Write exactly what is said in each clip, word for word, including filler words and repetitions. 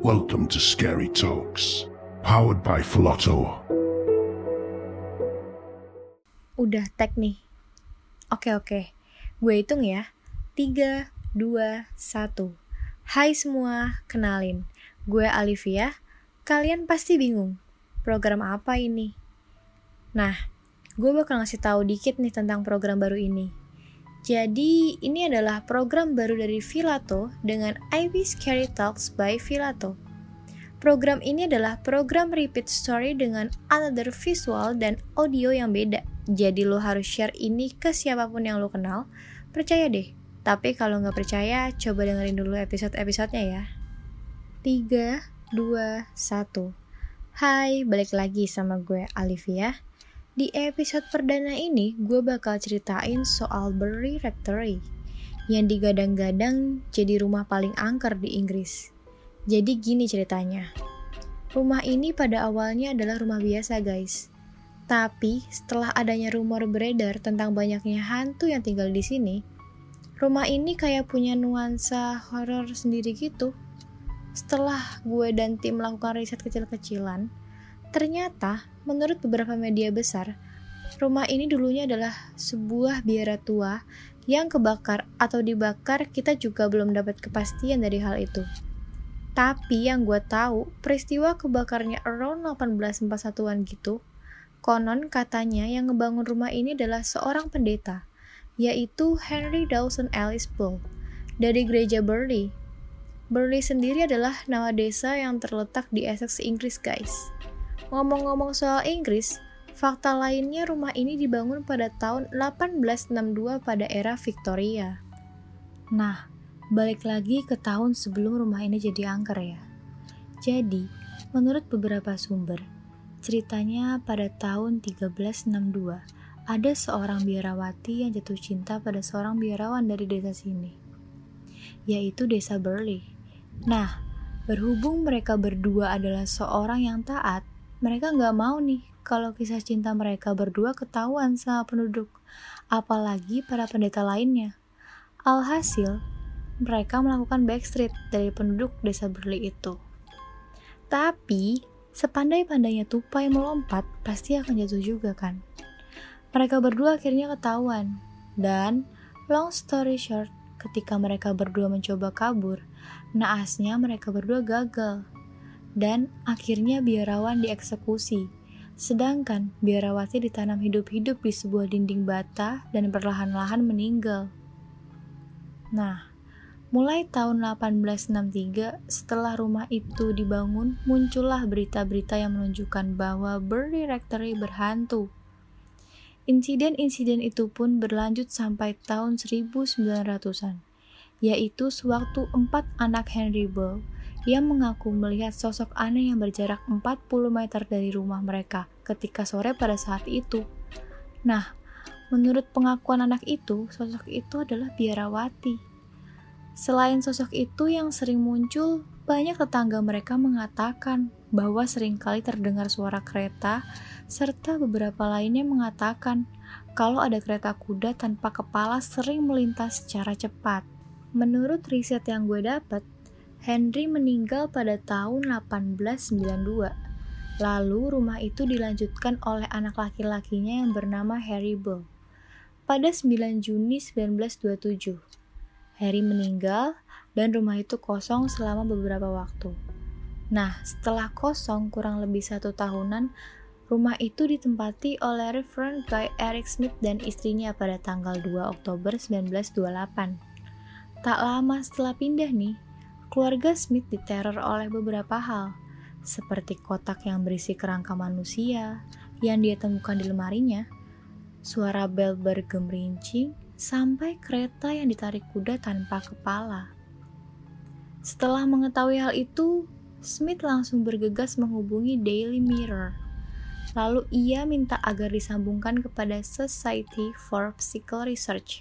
Welcome to Scary Talks, powered by Filato. Udah tag nih. Oke oke, gue hitung ya. Tiga, dua, satu. Hai semua, kenalin. Gue Alivia. Kalian pasti bingung, program apa ini? Nah, gue bakal ngasih tahu dikit nih tentang program baru ini. Jadi, ini adalah program baru dari Filato dengan I B Scary Talks by Filato. Program ini adalah program repeat story dengan another visual dan audio yang beda. Jadi lo harus share ini ke siapapun yang lo kenal. Percaya deh. Tapi kalau nggak percaya, coba dengerin dulu episode-episodenya ya. Tiga, dua, satu. Hai, balik lagi sama gue Alivia. Di episode perdana ini, gue bakal ceritain soal Bury Rectory yang digadang-gadang jadi rumah paling angker di Inggris. Jadi gini ceritanya. Rumah ini pada awalnya adalah rumah biasa guys. Tapi setelah adanya rumor beredar tentang banyaknya hantu yang tinggal di sini, rumah ini kayak punya nuansa horor sendiri gitu. Setelah gue dan tim melakukan riset kecil-kecilan, ternyata menurut beberapa media besar, rumah ini dulunya adalah sebuah biara tua yang kebakar atau dibakar. Kita juga belum dapat kepastian dari hal itu. Tapi yang gue tahu, peristiwa kebakarnya around delapan belas empat puluh satuan gitu. Konon katanya yang ngebangun rumah ini adalah seorang pendeta, yaitu Henry Dawson Ellis Bull, dari gereja Burley. Burley sendiri adalah nama desa yang terletak di Essex, Inggris guys. Ngomong-ngomong soal Inggris, fakta lainnya rumah ini dibangun pada tahun delapan belas enam puluh dua pada era Victoria. Nah, balik lagi ke tahun sebelum rumah ini jadi angker ya. Jadi, menurut beberapa sumber, ceritanya pada tahun tiga belas enam puluh dua, ada seorang biarawati yang jatuh cinta pada seorang biarawan dari desa sini, yaitu desa Burley. Nah, berhubung mereka berdua adalah seorang yang taat, mereka nggak mau nih kalau kisah cinta mereka berdua ketahuan sama penduduk, apalagi para pendeta lainnya. Alhasil, mereka melakukan backstreet dari penduduk desa Burley itu. Tapi, sepandai-pandainya tupai melompat, pasti akan jatuh juga kan? Mereka berdua akhirnya ketahuan. Dan, long story short, ketika mereka berdua mencoba kabur, naasnya mereka berdua gagal. Dan akhirnya biarawan dieksekusi. Sedangkan biarawati ditanam hidup-hidup di sebuah dinding bata dan perlahan-lahan meninggal. Nah, mulai tahun delapan belas enam puluh tiga, setelah rumah itu dibangun, muncullah berita-berita yang menunjukkan bahwa Bury Rectory berhantu. Insiden-insiden itu pun berlanjut sampai tahun seribu sembilan ratusan, yaitu sewaktu empat anak Henry Bull yang mengaku melihat sosok aneh yang berjarak empat puluh meter dari rumah mereka ketika sore pada saat itu. Nah, menurut pengakuan anak itu, sosok itu adalah biarawati. Selain sosok itu yang sering muncul, banyak tetangga mereka mengatakan bahwa seringkali terdengar suara kereta, serta beberapa lainnya mengatakan kalau ada kereta kuda tanpa kepala sering melintas secara cepat. Menurut riset yang gue dapat, Henry meninggal pada tahun delapan belas sembilan puluh dua. Lalu rumah itu dilanjutkan oleh anak laki-lakinya yang bernama Harry Bull pada sembilan Juni sembilan belas dua puluh tujuh. Harry meninggal dan rumah itu kosong selama beberapa waktu. Nah, setelah kosong kurang lebih satu tahunan, rumah itu ditempati oleh Reverend Guy Eric Smith dan istrinya pada tanggal dua Oktober sembilan belas dua puluh delapan. Tak lama setelah pindah nih, keluarga Smith diteror oleh beberapa hal, seperti kotak yang berisi kerangka manusia yang dia temukan di lemarinya, suara bel bergemerincing, sampai kereta yang ditarik kuda tanpa kepala. Setelah mengetahui hal itu, Smith langsung bergegas menghubungi Daily Mirror. Lalu ia minta agar disambungkan kepada Society for Psychical Research.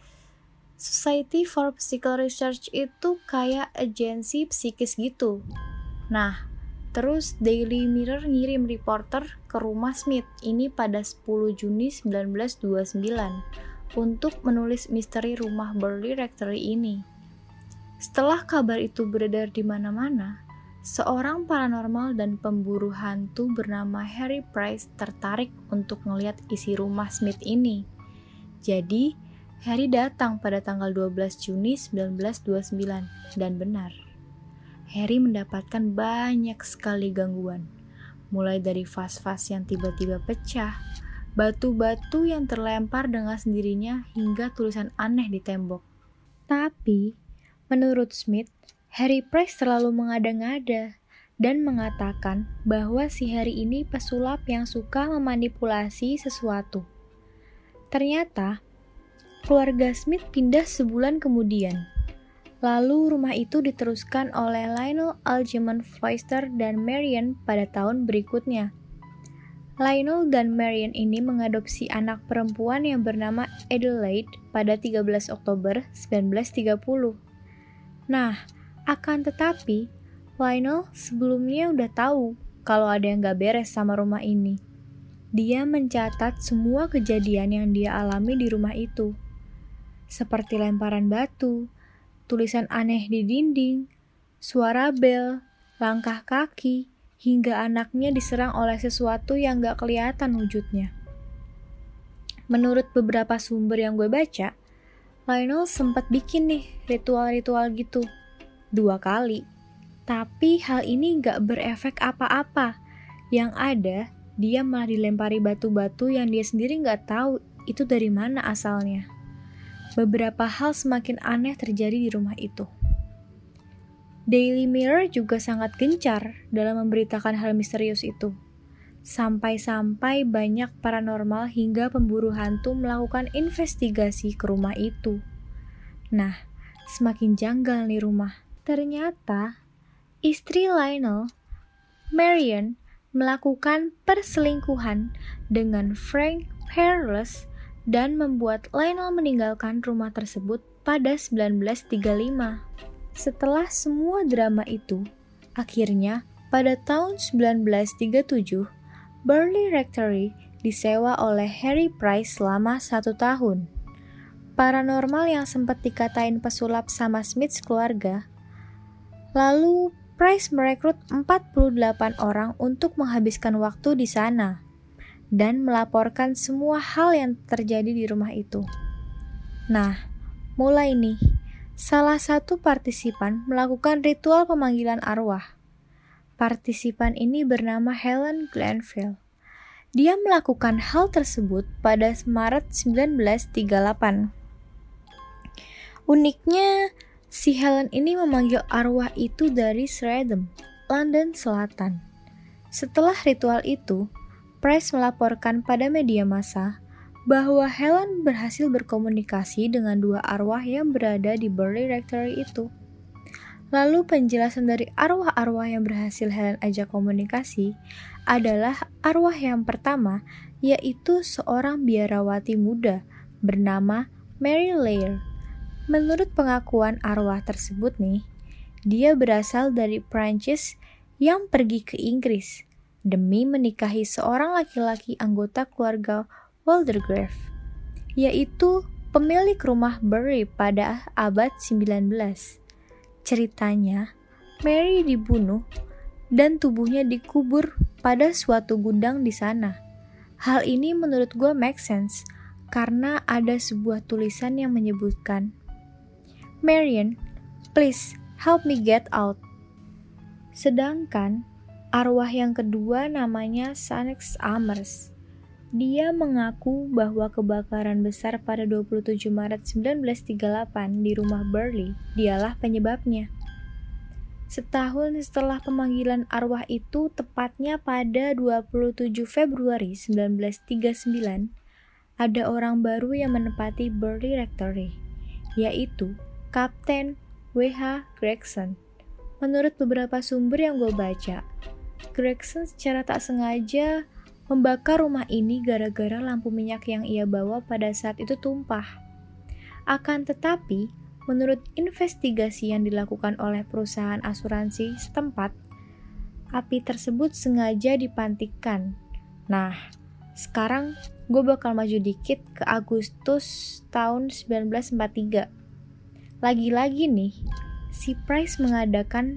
Society for Psychical Research itu kayak agensi psikis gitu. Nah, terus Daily Mirror ngirim reporter ke rumah Smith ini pada sepuluh Juni sembilan belas dua puluh sembilan untuk menulis misteri rumah Bury Rectory ini. Setelah kabar itu beredar di mana-mana, seorang paranormal dan pemburu hantu bernama Harry Price tertarik untuk ngeliat isi rumah Smith ini. Jadi, Harry datang pada tanggal dua belas Juni seribu sembilan ratus dua puluh sembilan, dan benar. Harry mendapatkan banyak sekali gangguan, mulai dari vas-vas yang tiba-tiba pecah, batu-batu yang terlempar dengan sendirinya, hingga tulisan aneh di tembok. Tapi, menurut Smith, Harry Price terlalu mengada-ngada dan mengatakan bahwa si Harry ini pesulap yang suka memanipulasi sesuatu. Ternyata, keluarga Smith pindah sebulan kemudian. Lalu rumah itu diteruskan oleh Lionel Algernon Foster dan Marian pada tahun berikutnya. Lionel dan Marian ini mengadopsi anak perempuan yang bernama Adelaide pada tiga belas Oktober seribu sembilan ratus tiga puluh. Nah, akan tetapi, Lionel sebelumnya udah tahu kalau ada yang gak beres sama rumah ini. Dia mencatat semua kejadian yang dia alami di rumah itu. Seperti lemparan batu, tulisan aneh di dinding, suara bel, langkah kaki, hingga anaknya diserang oleh sesuatu yang gak kelihatan wujudnya. Menurut beberapa sumber yang gue baca, Lionel sempat bikin nih ritual-ritual gitu dua kali, tapi hal ini gak berefek apa-apa. Yang ada, dia malah dilempari batu-batu yang dia sendiri gak tahu itu dari mana asalnya. Beberapa hal semakin aneh terjadi di rumah itu. Daily Mirror juga sangat gencar dalam memberitakan hal misterius itu. Sampai-sampai banyak paranormal hingga pemburu hantu melakukan investigasi ke rumah itu. Nah, semakin janggal nih rumah. Ternyata, istri Lionel, Marian, melakukan perselingkuhan dengan Frank Peerless dan membuat Lionel meninggalkan rumah tersebut pada seribu sembilan ratus tiga puluh lima. Setelah semua drama itu, akhirnya pada tahun seribu sembilan ratus tiga puluh tujuh, Burley Rectory disewa oleh Harry Price selama satu tahun. Paranormal yang sempat dikatain pesulap sama Smith keluarga. Lalu Price merekrut empat puluh delapan orang untuk menghabiskan waktu di sana dan melaporkan semua hal yang terjadi di rumah itu. Nah, mulai nih, salah satu partisipan melakukan ritual pemanggilan arwah. Partisipan ini bernama Helen Glanville. Dia melakukan hal tersebut pada Maret seribu sembilan ratus tiga puluh delapan. Uniknya, si Helen ini memanggil arwah itu dari Streatham, London Selatan. Setelah ritual itu, Price melaporkan pada media massa bahwa Helen berhasil berkomunikasi dengan dua arwah yang berada di Burley Rectory itu. Lalu penjelasan dari arwah-arwah yang berhasil Helen ajak komunikasi adalah arwah yang pertama, yaitu seorang biarawati muda bernama Mary Lair. Menurut pengakuan arwah tersebut nih, dia berasal dari Prancis yang pergi ke Inggris demi menikahi seorang laki-laki anggota keluarga Waldegrave, yaitu pemilik rumah Bury pada abad sembilan belas. Ceritanya, Mary dibunuh dan tubuhnya dikubur pada suatu gudang di sana. Hal ini menurut gue make sense karena ada sebuah tulisan yang menyebutkan, "Marian, please help me get out." Sedangkan arwah yang kedua namanya Sanex Amers. Dia mengaku bahwa kebakaran besar pada dua puluh tujuh Maret seribu sembilan ratus tiga puluh delapan di rumah Burley dialah penyebabnya. Setahun setelah pemanggilan arwah itu, tepatnya pada dua puluh tujuh Februari seribu sembilan ratus tiga puluh sembilan, ada orang baru yang menempati Burley Rectory, yaitu Kapten W H Gregson. Menurut beberapa sumber yang gue baca, Gregson secara tak sengaja membakar rumah ini gara-gara lampu minyak yang ia bawa pada saat itu tumpah. Akan tetapi, menurut investigasi yang dilakukan oleh perusahaan asuransi setempat, api tersebut sengaja dipantikkan. Nah, sekarang gue bakal maju dikit ke Agustus tahun seribu sembilan ratus empat puluh tiga. Lagi-lagi nih, si Price mengadakan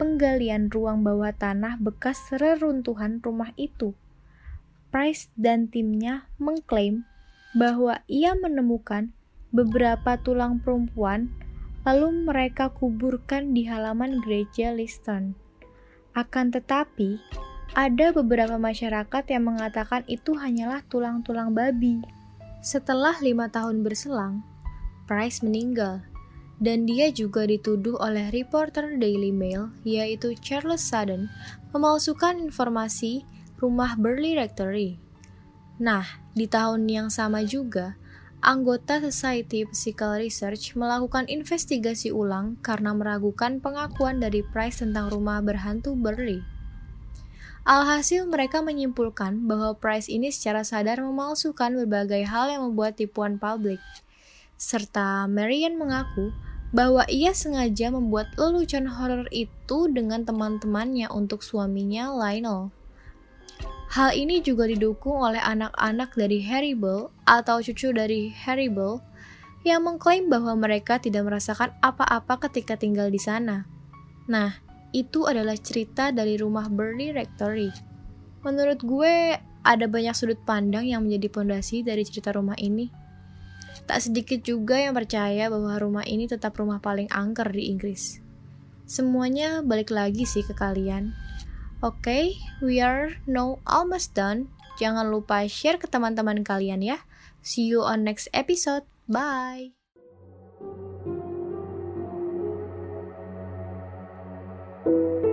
penggalian ruang bawah tanah bekas reruntuhan rumah itu. Price dan timnya mengklaim bahwa ia menemukan beberapa tulang perempuan, lalu mereka kuburkan di halaman gereja Liston. Akan tetapi, ada beberapa masyarakat yang mengatakan itu hanyalah tulang-tulang babi. Setelah lima tahun berselang, Price meninggal, dan dia juga dituduh oleh reporter Daily Mail, yaitu Charles Sudden, memalsukan informasi rumah Burley Rectory. Nah, di tahun yang sama juga, anggota Society Psychical Research melakukan investigasi ulang karena meragukan pengakuan dari Price tentang rumah berhantu Burley. Alhasil mereka menyimpulkan bahwa Price ini secara sadar memalsukan berbagai hal yang membuat tipuan publik. Serta Marian mengaku bahwa ia sengaja membuat lelucon horor itu dengan teman-temannya untuk suaminya Lionel. Hal ini juga didukung oleh anak-anak dari Haribel atau cucu dari Haribel yang mengklaim bahwa mereka tidak merasakan apa-apa ketika tinggal di sana. Nah, itu adalah cerita dari rumah Burley Rectory. Menurut gue, ada banyak sudut pandang yang menjadi pondasi dari cerita rumah ini. Tak sedikit juga yang percaya bahwa rumah ini tetap rumah paling angker di Inggris. Semuanya balik lagi sih ke kalian. Oke, okay, we are now almost done. Jangan lupa share ke teman-teman kalian ya. See you on next episode. Bye! Thank you.